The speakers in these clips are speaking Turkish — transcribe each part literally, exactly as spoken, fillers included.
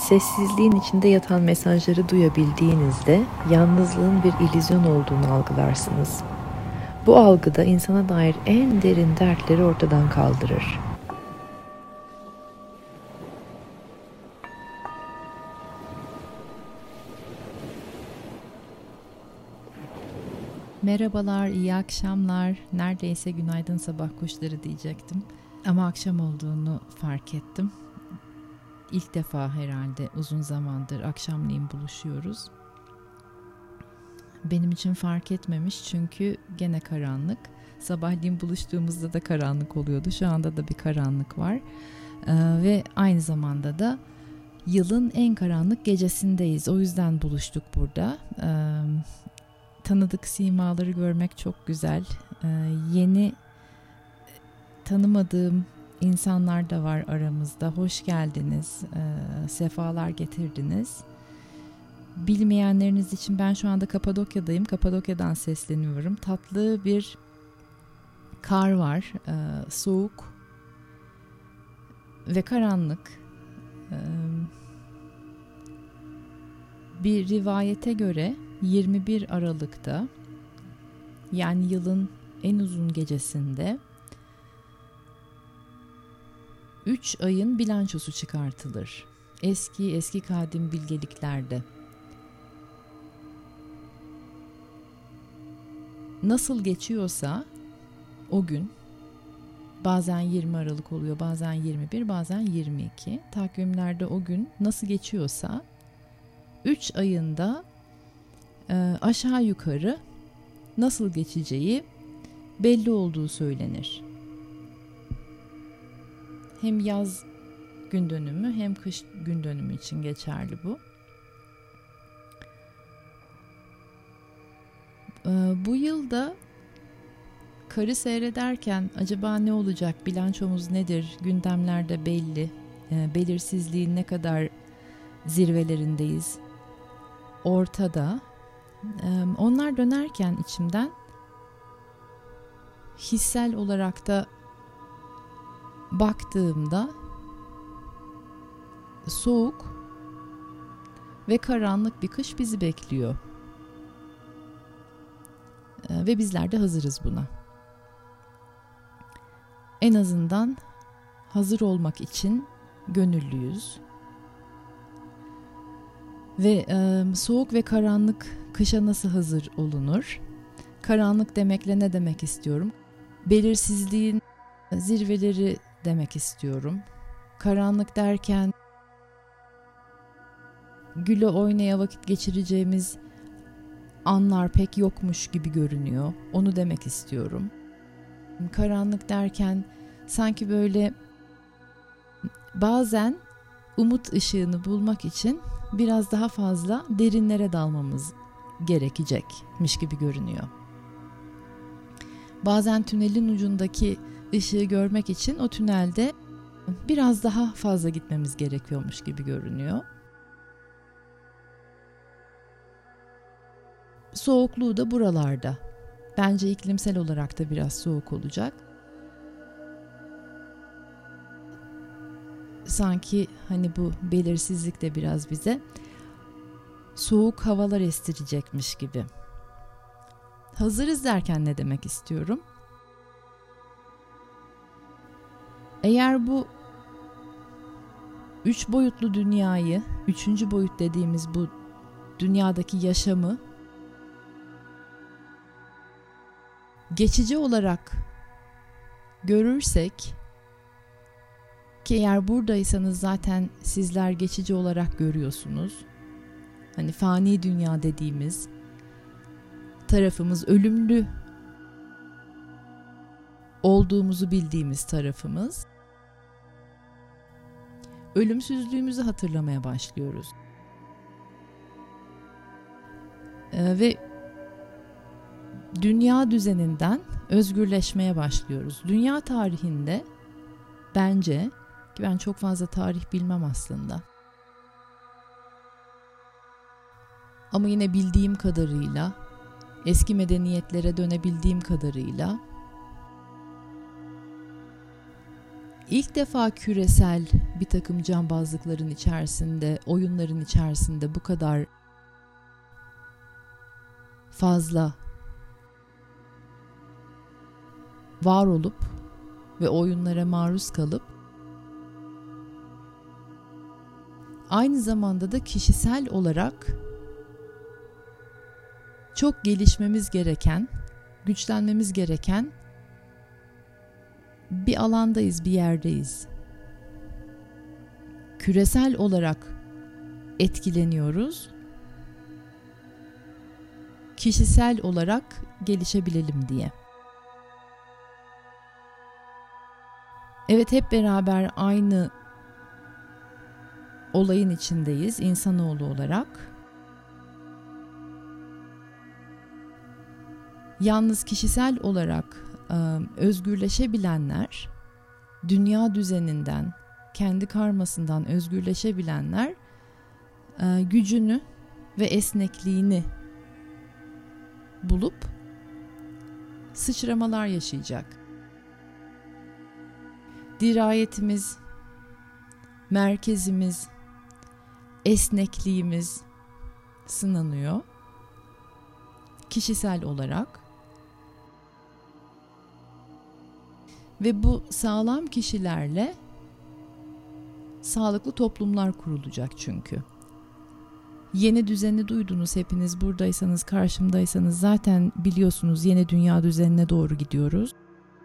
Sessizliğin içinde yatan mesajları duyabildiğinizde yalnızlığın bir illüzyon olduğunu algılarsınız. Bu algıda insana dair en derin dertleri ortadan kaldırır. Merhabalar, iyi akşamlar. Neredeyse günaydın sabah kuşları diyecektim. Ama akşam olduğunu fark ettim. İlk defa herhalde uzun zamandır akşamleyin buluşuyoruz. Benim için fark etmemiş çünkü gene karanlık. Sabahleyin buluştuğumuzda da karanlık oluyordu. Şu anda da bir karanlık var. Ee, ve aynı zamanda da yılın en karanlık gecesindeyiz. O yüzden buluştuk burada. Ee, tanıdık simaları görmek çok güzel. Ee, yeni tanımadığım insanlar da var aramızda. Hoş geldiniz. Ee, sefalar getirdiniz. Bilmeyenleriniz için ben şu anda Kapadokya'dayım. Kapadokya'dan sesleniyorum. Tatlı bir kar var. Ee, soğuk ve karanlık. Ee, bir rivayete göre yirmi bir Aralık'ta, yani yılın en uzun gecesinde üç ayın bilançosu çıkartılır. Eski eski kadim bilgeliklerde. Nasıl geçiyorsa o gün, bazen yirmi Aralık oluyor, bazen yirmi bir, bazen yirmi iki. Takvimlerde o gün nasıl geçiyorsa üç ayında e, aşağı yukarı nasıl geçeceği belli olduğu söylenir. Hem yaz gün dönümü hem kış gün dönümü için geçerli bu. Ee, bu yılda karı seyrederken acaba ne olacak, bilançomuz nedir, gündemlerde belli, e, belirsizliğin ne kadar zirvelerindeyiz, ortada. E, onlar dönerken içimden hissel olarak da baktığımda soğuk ve karanlık bir kış bizi bekliyor. Ee, ve bizler de hazırız buna. En azından hazır olmak için gönüllüyüz. Ve e, soğuk ve karanlık kışa nasıl hazır olunur? Karanlık demekle ne demek istiyorum? Belirsizliğin zirveleri demek istiyorum. Karanlık derken güle oynaya vakit geçireceğimiz anlar pek yokmuş gibi görünüyor. Onu demek istiyorum. Karanlık derken sanki böyle bazen umut ışığını bulmak için biraz daha fazla derinlere dalmamız gerekecekmiş gibi görünüyor. Bazen tünelin ucundaki ışığı görmek için o tünelde biraz daha fazla gitmemiz gerekiyormuş gibi görünüyor. Soğukluğu da buralarda. Bence iklimsel olarak da biraz soğuk olacak. Sanki hani bu belirsizlik de biraz bize soğuk havalar estirecekmiş gibi. Hazırız derken ne demek istiyorum? Eğer bu üç boyutlu dünyayı, üçüncü boyut dediğimiz bu dünyadaki yaşamı geçici olarak görürsek, ki eğer buradaysanız zaten sizler geçici olarak görüyorsunuz. Hani fani dünya dediğimiz tarafımız, ölümlü olduğumuzu bildiğimiz tarafımız. Ölümsüzlüğümüzü hatırlamaya başlıyoruz. Ee, ve dünya düzeninden özgürleşmeye başlıyoruz. Dünya tarihinde bence, ki ben çok fazla tarih bilmem aslında, ama yine bildiğim kadarıyla, eski medeniyetlere dönebildiğim kadarıyla İlk defa küresel bir takım cambazlıkların içerisinde, oyunların içerisinde bu kadar fazla var olup ve oyunlara maruz kalıp aynı zamanda da kişisel olarak çok gelişmemiz gereken, güçlenmemiz gereken bir alandayız, bir yerdeyiz. Küresel olarak etkileniyoruz. Kişisel olarak gelişebilelim diye. Evet, hep beraber aynı olayın içindeyiz insanoğlu olarak. Yalnız kişisel olarak özgürleşebilenler, dünya düzeninden, kendi karmasından özgürleşebilenler gücünü ve esnekliğini bulup sıçramalar yaşayacak. Dirayetimiz, merkezimiz, esnekliğimiz sınanıyor kişisel olarak. Ve bu sağlam kişilerle sağlıklı toplumlar kurulacak çünkü. Yeni düzeni duydunuz, hepiniz buradaysanız, karşımdaysanız zaten biliyorsunuz, yeni dünya düzenine doğru gidiyoruz.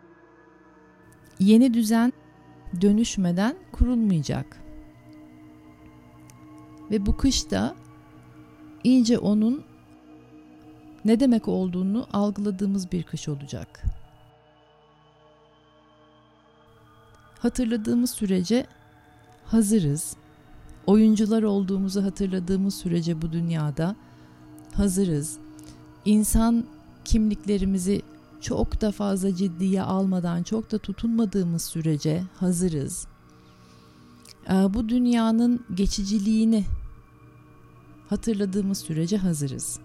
Yeni düzen dönüşmeden kurulmayacak. Ve bu kışta iyice onun ne demek olduğunu algıladığımız bir kış olacak. Hatırladığımız sürece hazırız. Oyuncular olduğumuzu hatırladığımız sürece bu dünyada hazırız. İnsan kimliklerimizi çok da fazla ciddiye almadan, çok da tutunmadığımız sürece hazırız. Bu dünyanın geçiciliğini hatırladığımız sürece hazırız.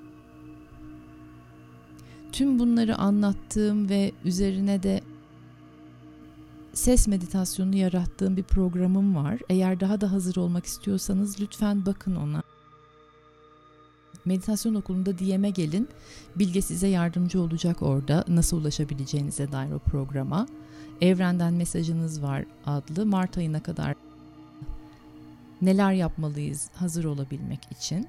Tüm bunları anlattığım ve üzerine de ses meditasyonu yarattığım bir programım var. Eğer daha da hazır olmak istiyorsanız lütfen bakın ona. Meditasyon okulunda D M'e gelin. Bilge size yardımcı olacak orada nasıl ulaşabileceğinize dair o programa. Evrenden Mesajınız Var adlı, Mart ayına kadar neler yapmalıyız hazır olabilmek için.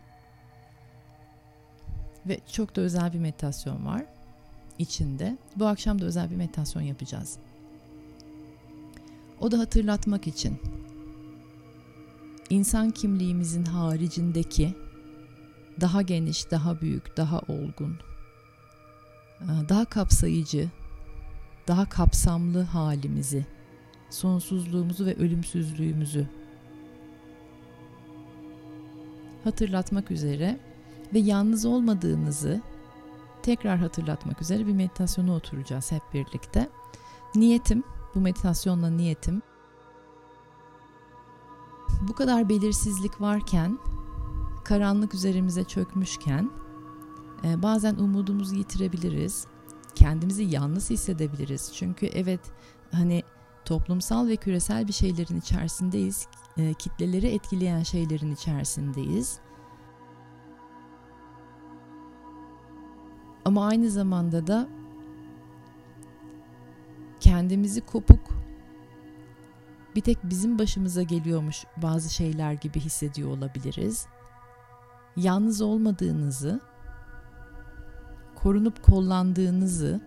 Ve çok da özel bir meditasyon var içinde. Bu akşam da özel bir meditasyon yapacağız. O da hatırlatmak için insan kimliğimizin haricindeki daha geniş, daha büyük, daha olgun, daha kapsayıcı, daha kapsamlı halimizi, sonsuzluğumuzu ve ölümsüzlüğümüzü hatırlatmak üzere ve yalnız olmadığımızı tekrar hatırlatmak üzere bir meditasyona oturacağız hep birlikte. Niyetim, bu meditasyonla niyetim, bu kadar belirsizlik varken, karanlık üzerimize çökmüşken e, bazen umudumuzu yitirebiliriz. Kendimizi yalnız hissedebiliriz. Çünkü evet, hani toplumsal ve küresel bir şeylerin içerisindeyiz. E, kitleleri etkileyen şeylerin içerisindeyiz. Ama aynı zamanda da kendimizi kopuk, bir tek bizim başımıza geliyormuş bazı şeyler gibi hissediyor olabiliriz. Yalnız olmadığınızı, korunup kollandığınızı,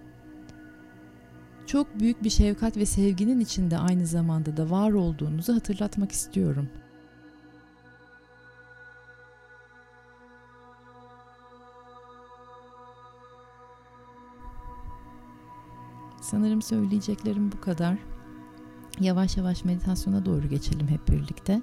çok büyük bir şefkat ve sevginin içinde aynı zamanda da var olduğunuzu hatırlatmak istiyorum. Sanırım söyleyeceklerim bu kadar. Yavaş yavaş meditasyona doğru geçelim hep birlikte.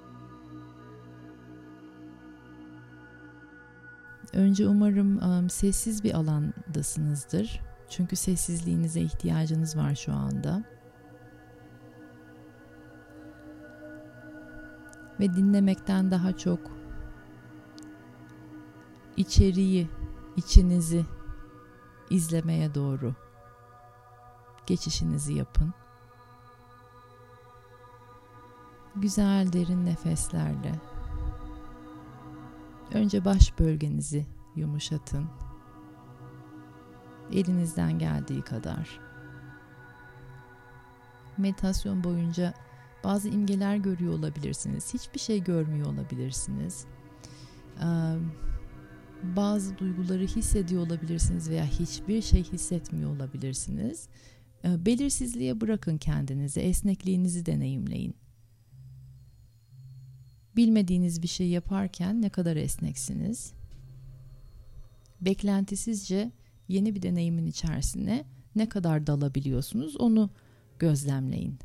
Önce umarım um, sessiz bir alandasınızdır. Çünkü sessizliğinize ihtiyacınız var şu anda. Ve dinlemekten daha çok içeriği, içinizi izlemeye doğru geçişinizi yapın. güzel derin nefeslerle önce baş bölgenizi yumuşatın. Elinizden geldiği kadar. Meditasyon boyunca bazı imgeler görüyor olabilirsiniz. Hiçbir şey görmüyor olabilirsiniz. Bazı duyguları hissediyor olabilirsiniz veya hiçbir şey hissetmiyor olabilirsiniz. Belirsizliğe bırakın kendinizi, esnekliğinizi deneyimleyin. Bilmediğiniz bir şey yaparken ne kadar esneksiniz? Beklentisizce yeni bir deneyimin içerisine ne kadar dalabiliyorsunuz, onu gözlemleyin.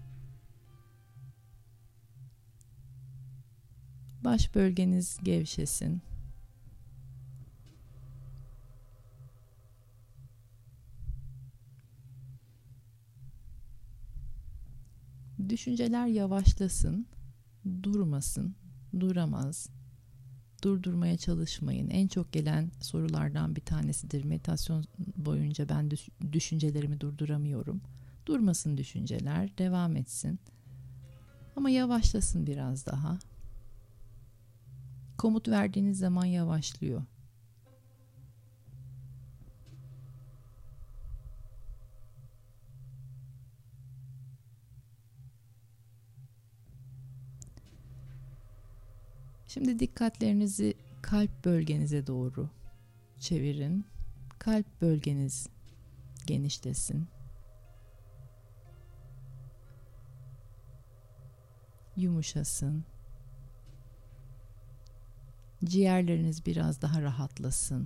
Baş bölgeniz gevşesin. Düşünceler yavaşlasın, durmasın, duramaz. Durdurmaya çalışmayın. En çok gelen sorulardan bir tanesidir. Meditasyon boyunca ben düşüncelerimi durduramıyorum. Durmasın düşünceler, devam etsin. Ama yavaşlasın biraz daha. Komut verdiğiniz zaman yavaşlıyor. Şimdi dikkatlerinizi kalp bölgenize doğru çevirin. Kalp bölgeniz genişlesin. Yumuşasın. Ciğerleriniz biraz daha rahatlasın.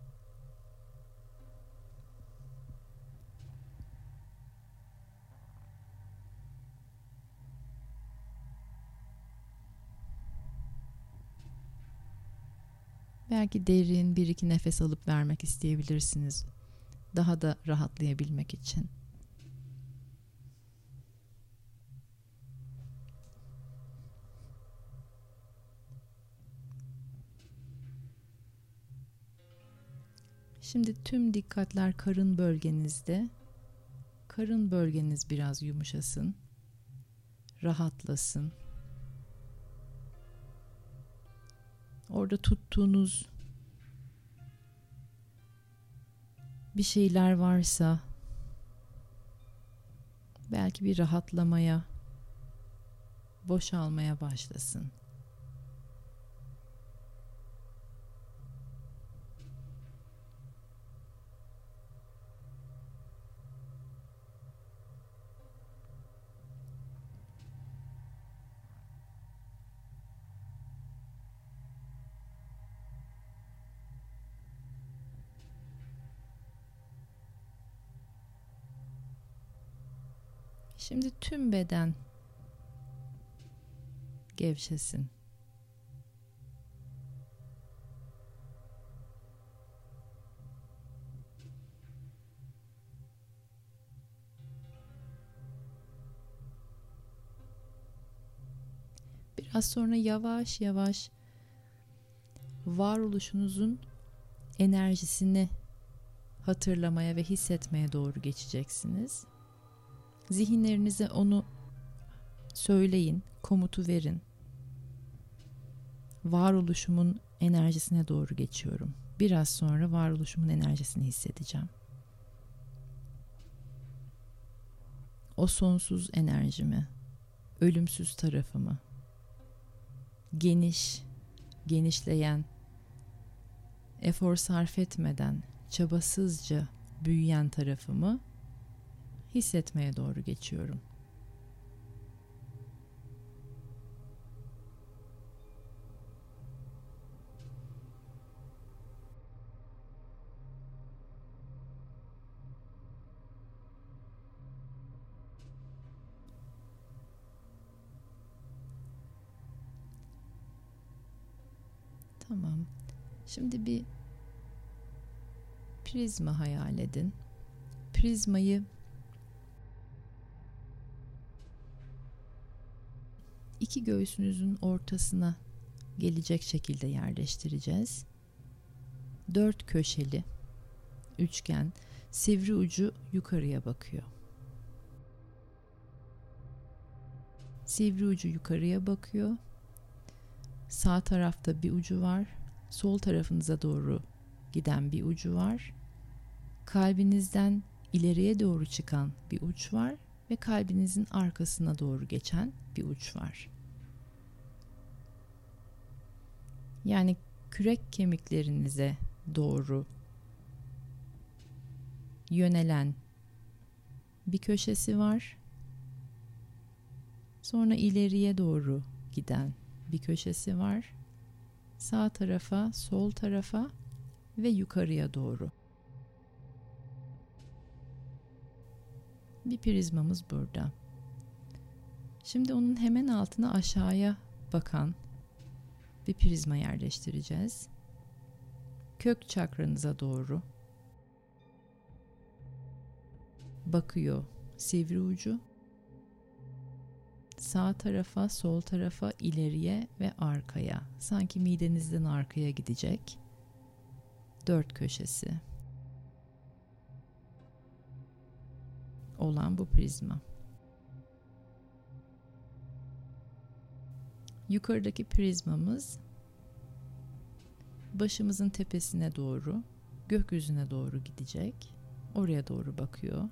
Belki derin bir iki nefes alıp vermek isteyebilirsiniz. Daha da rahatlayabilmek için. Şimdi tüm dikkatler karın bölgenizde. Karın bölgeniz biraz yumuşasın. Rahatlasın. Orada tuttuğunuz bir şeyler varsa belki bir rahatlamaya, boşalmaya başlasın. Şimdi tüm beden gevşesin. Biraz sonra yavaş yavaş varoluşunuzun enerjisini hatırlamaya ve hissetmeye doğru geçeceksiniz. Zihinlerinize onu söyleyin, komutu verin. Varoluşumun enerjisine doğru geçiyorum. Biraz sonra varoluşumun enerjisini hissedeceğim. O sonsuz enerjimi, ölümsüz tarafımı, geniş, genişleyen, efor sarf etmeden, çabasızca büyüyen tarafımı hissetmeye doğru geçiyorum. Tamam. Şimdi bir prizma hayal edin. Prizmayı iki göğsünüzün ortasına gelecek şekilde yerleştireceğiz. Dört köşeli üçgen, sivri ucu yukarıya bakıyor. Sivri ucu yukarıya bakıyor. Sağ tarafta bir ucu var. Sol tarafınıza doğru giden bir ucu var. Kalbinizden ileriye doğru çıkan bir uç var ve kalbinizin arkasına doğru geçen bir uç var. Yani kürek kemiklerinize doğru yönelen bir köşesi var. Sonra ileriye doğru giden bir köşesi var. Sağ tarafa, sol tarafa ve yukarıya doğru. Bir prizmamız burada. Şimdi onun hemen altına aşağıya bakan bir prizma yerleştireceğiz. Kök çakranıza doğru bakıyor sivri ucu. Sağ tarafa, sol tarafa, ileriye ve arkaya. Sanki midenizden arkaya gidecek. Dört köşesi olan bu prizma. Yukarıdaki prizmamız başımızın tepesine doğru, gökyüzüne doğru gidecek. Oraya doğru bakıyor.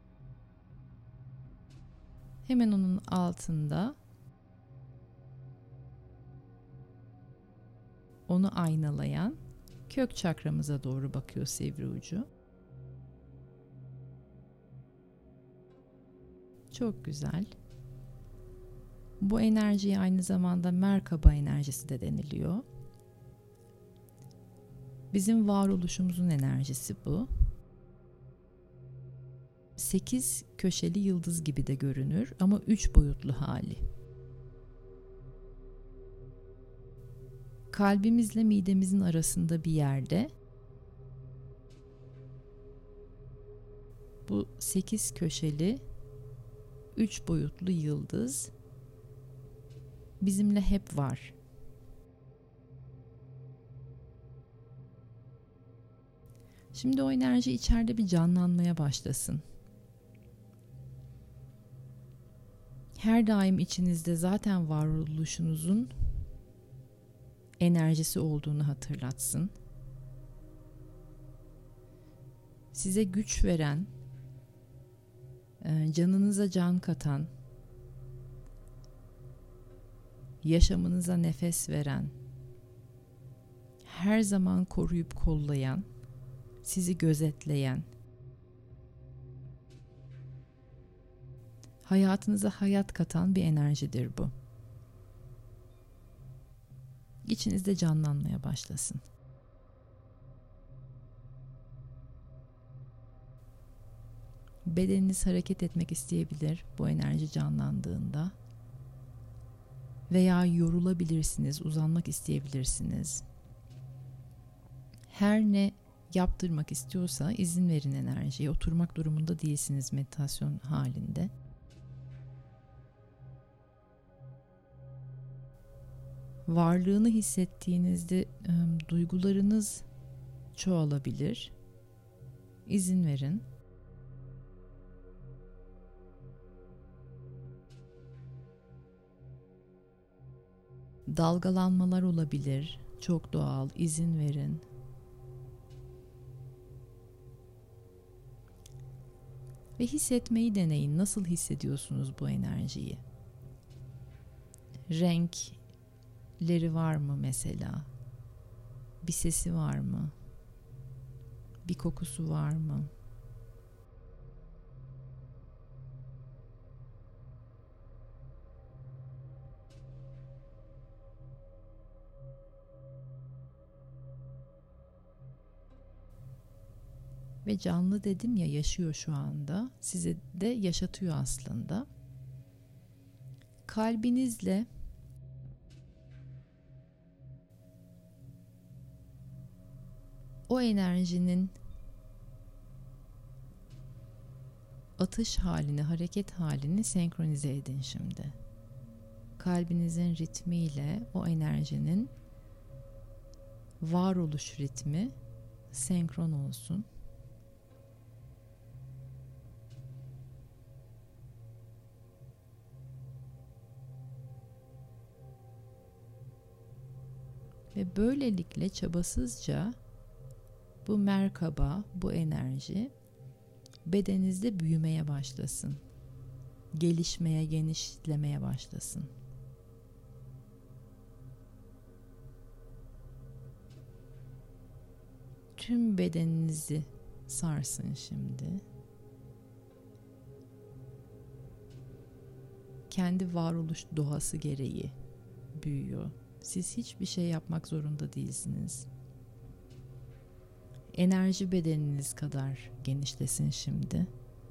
Hemen onun altında onu aynalayan kök çakramıza doğru bakıyor sivri ucu. Çok güzel. Bu enerjiye aynı zamanda Merkaba enerjisi de deniliyor. Bizim varoluşumuzun enerjisi bu. Sekiz köşeli yıldız gibi de görünür ama üç boyutlu hali. Kalbimizle midemizin arasında bir yerde bu sekiz köşeli üç boyutlu yıldız bizimle hep var. Şimdi o enerji içeride bir canlanmaya başlasın. Her daim içinizde zaten varoluşunuzun enerjisi olduğunu hatırlatsın. Size güç veren, canınıza can katan, yaşamınıza nefes veren, her zaman koruyup kollayan, sizi gözetleyen, hayatınıza hayat katan bir enerjidir bu. İçinizde canlanmaya başlasın. Bedeniniz hareket etmek isteyebilir bu enerji canlandığında. Veya yorulabilirsiniz, uzanmak isteyebilirsiniz. Her ne yaptırmak istiyorsa izin verin enerjiye. Oturmak durumunda değilsiniz meditasyon halinde. Varlığını hissettiğinizde e, duygularınız çoğalabilir. İzin verin. Dalgalanmalar olabilir. Çok doğal. İzin verin. Ve hissetmeyi deneyin. Nasıl hissediyorsunuz bu enerjiyi? Renkleri var mı mesela? Bir sesi var mı? Bir kokusu var mı? Ve canlı dedim ya, yaşıyor şu anda. Size de yaşatıyor aslında. Kalbinizle o enerjinin atış halini, hareket halini senkronize edin şimdi. Kalbinizin ritmiyle o enerjinin varoluş ritmi senkron olsun. Ve böylelikle çabasızca bu merkaba, bu enerji bedeninizde büyümeye başlasın. Gelişmeye, genişlemeye başlasın. Tüm bedeninizi sarsın şimdi. Kendi varoluş doğası gereği büyüyor. Siz hiçbir şey yapmak zorunda değilsiniz. Enerji bedeniniz kadar genişlesin şimdi.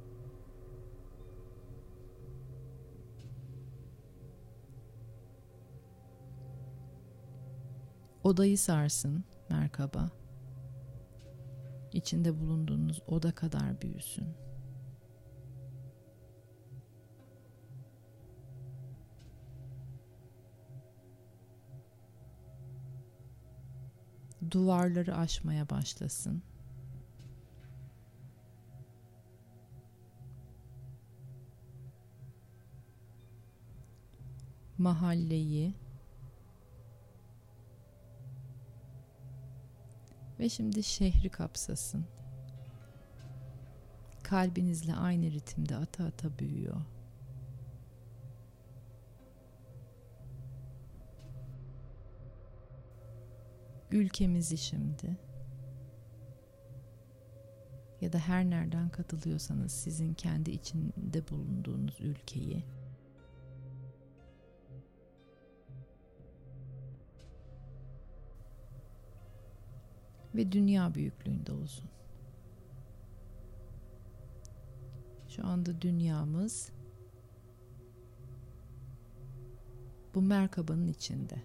Odayı sarsın merkaba. İçinde bulunduğunuz oda kadar büyüsün. Duvarları aşmaya başlasın. Mahalleyi ve şimdi şehri kapsasın. Kalbinizle aynı ritimde ata ata büyüyor. Ülkemizi şimdi ya da her nereden katılıyorsanız sizin kendi içinde bulunduğunuz ülkeyi ve dünya büyüklüğünde olsun. Şu anda dünyamız bu merkabanın içinde.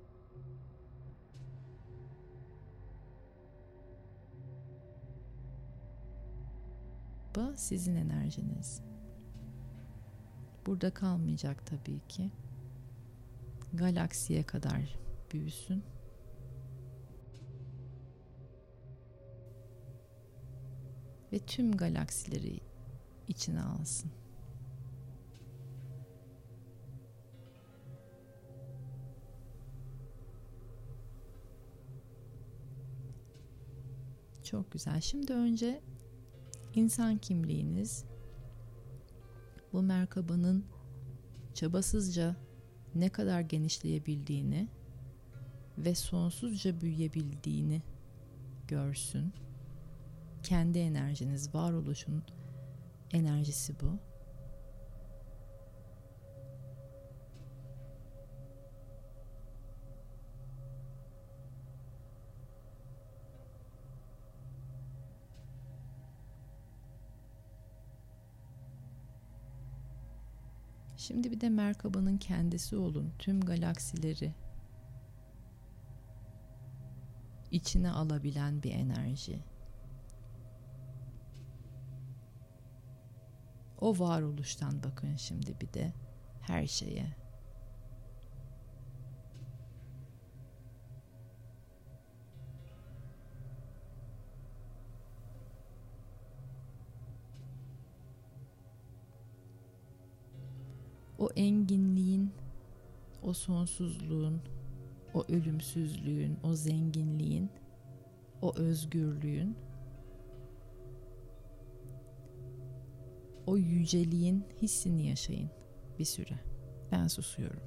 Bu sizin enerjiniz. Burada kalmayacak tabii ki. Galaksiye kadar büyüsün. Ve tüm galaksileri içine alsın. Çok güzel. Şimdi önce insan kimliğiniz bu merkabanın çabasızca ne kadar genişleyebildiğini ve sonsuzca büyüyebildiğini görsün. Kendi enerjiniz, varoluşun enerjisi bu. Şimdi bir de merkabanın kendisi olun. Tüm galaksileri içine alabilen bir enerji. O varoluştan bakın şimdi bir de her şeye. O enginliğin, o sonsuzluğun, o ölümsüzlüğün, o zenginliğin, o özgürlüğün, o yüceliğin hissini yaşayın bir süre. Ben susuyorum.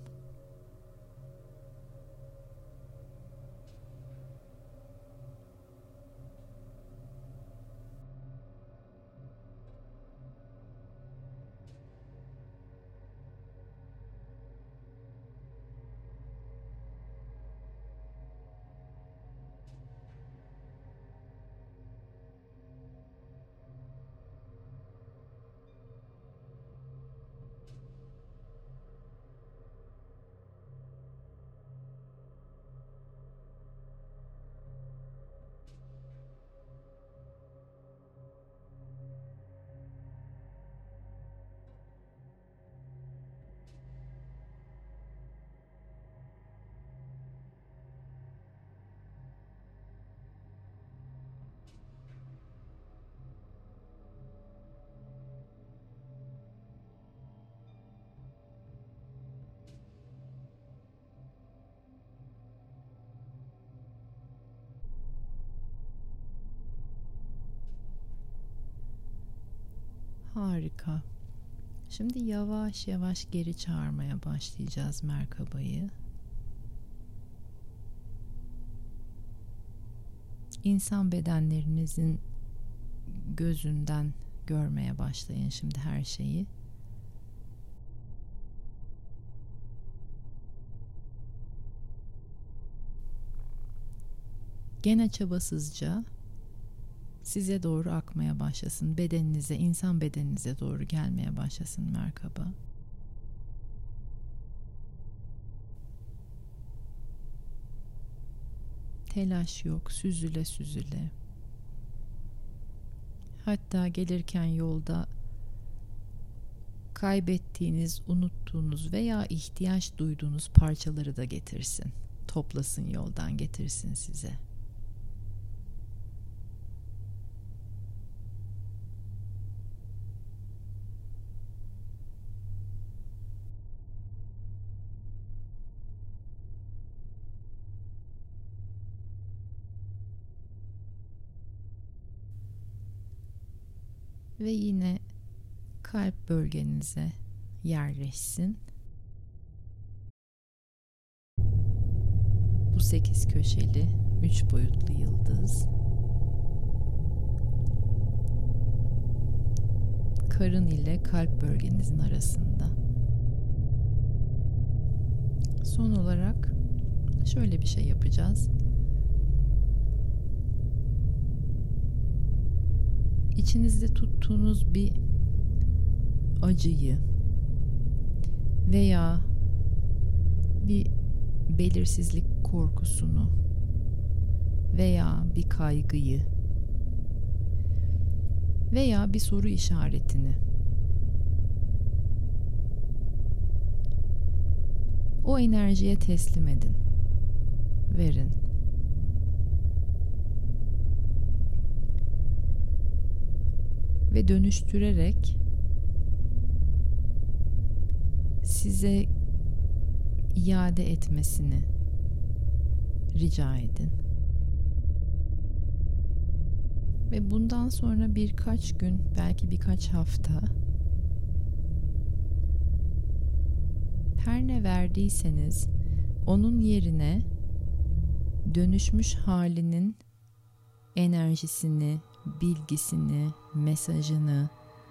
Harika. Şimdi yavaş yavaş geri çağırmaya başlayacağız merkabayı. İnsan bedenlerinizin gözünden görmeye başlayın şimdi her şeyi. Gene çabasızca size doğru akmaya başlasın. Bedeninize, insan bedeninize doğru gelmeye başlasın merkaba. Telaş yok, süzüle süzüle. Hatta gelirken yolda kaybettiğiniz, unuttuğunuz veya ihtiyaç duyduğunuz parçaları da getirsin. Toplasın, yoldan getirsin size. Ve yine kalp bölgenize yerleşsin. Bu sekiz köşeli, üç boyutlu yıldız. Karın ile kalp bölgenizin arasında. Son olarak şöyle bir şey yapacağız. İçinizde tuttuğunuz bir acıyı veya bir belirsizlik korkusunu veya bir kaygıyı veya bir soru işaretini o enerjiye teslim edin, verin. Ve dönüştürerek size iade etmesini rica edin. Ve bundan sonra birkaç gün, belki birkaç hafta her ne verdiyseniz onun yerine dönüşmüş halinin enerjisini, bilgisini, mesajını,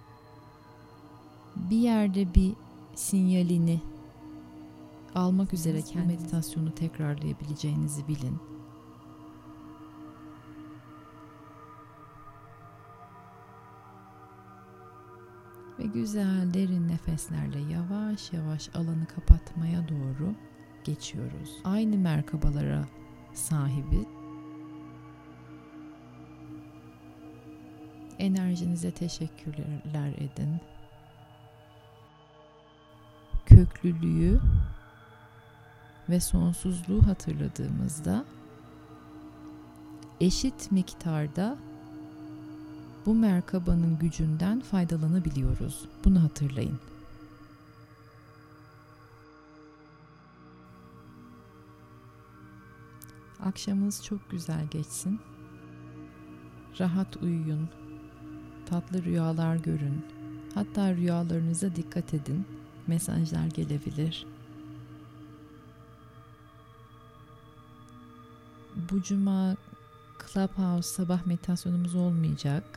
bir yerde bir sinyalini almak üzere kendi meditasyonu tekrarlayabileceğinizi bilin. Ve güzel derin nefeslerle yavaş yavaş alanı kapatmaya doğru geçiyoruz. Aynı merkabalara sahibiz. Enerjinize teşekkürler edin. Köklülüğü ve sonsuzluğu hatırladığımızda eşit miktarda bu merkabanın gücünden faydalanabiliyoruz. Bunu hatırlayın. Akşamınız çok güzel geçsin. Rahat uyuyun. Tatlı rüyalar görün. Hatta rüyalarınıza dikkat edin. Mesajlar gelebilir. Bu cuma Clubhouse sabah meditasyonumuz olmayacak.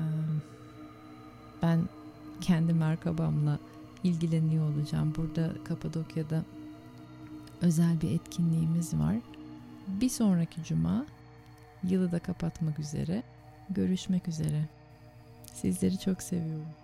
Ben kendi merkabamla ilgileniyor olacağım. Burada Kapadokya'da özel bir etkinliğimiz var. Bir sonraki cuma yılı da kapatmak üzere. Görüşmek üzere. Sizleri çok seviyorum.